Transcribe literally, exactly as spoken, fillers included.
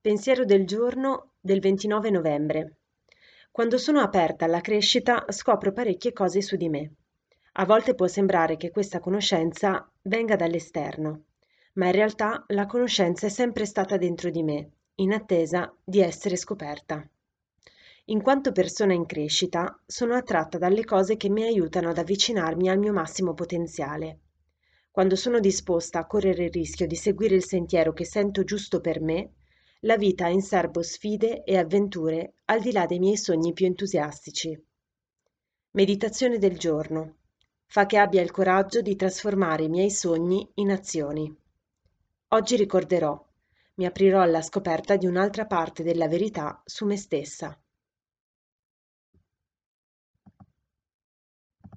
Pensiero del giorno del ventinove novembre. Quando sono aperta alla crescita scopro parecchie cose su di me. A volte può sembrare che questa conoscenza venga dall'esterno, ma in realtà la conoscenza è sempre stata dentro di me, in attesa di essere scoperta. In quanto persona in crescita, sono attratta dalle cose che mi aiutano ad avvicinarmi al mio massimo potenziale. Quando sono disposta a correre il rischio di seguire il sentiero che sento giusto per me, la vita ha in serbo sfide e avventure al di là dei miei sogni più entusiastici. Meditazione del giorno. Fa che abbia il coraggio di trasformare i miei sogni in azioni. Oggi ricorderò, mi aprirò alla scoperta di un'altra parte della verità su me stessa.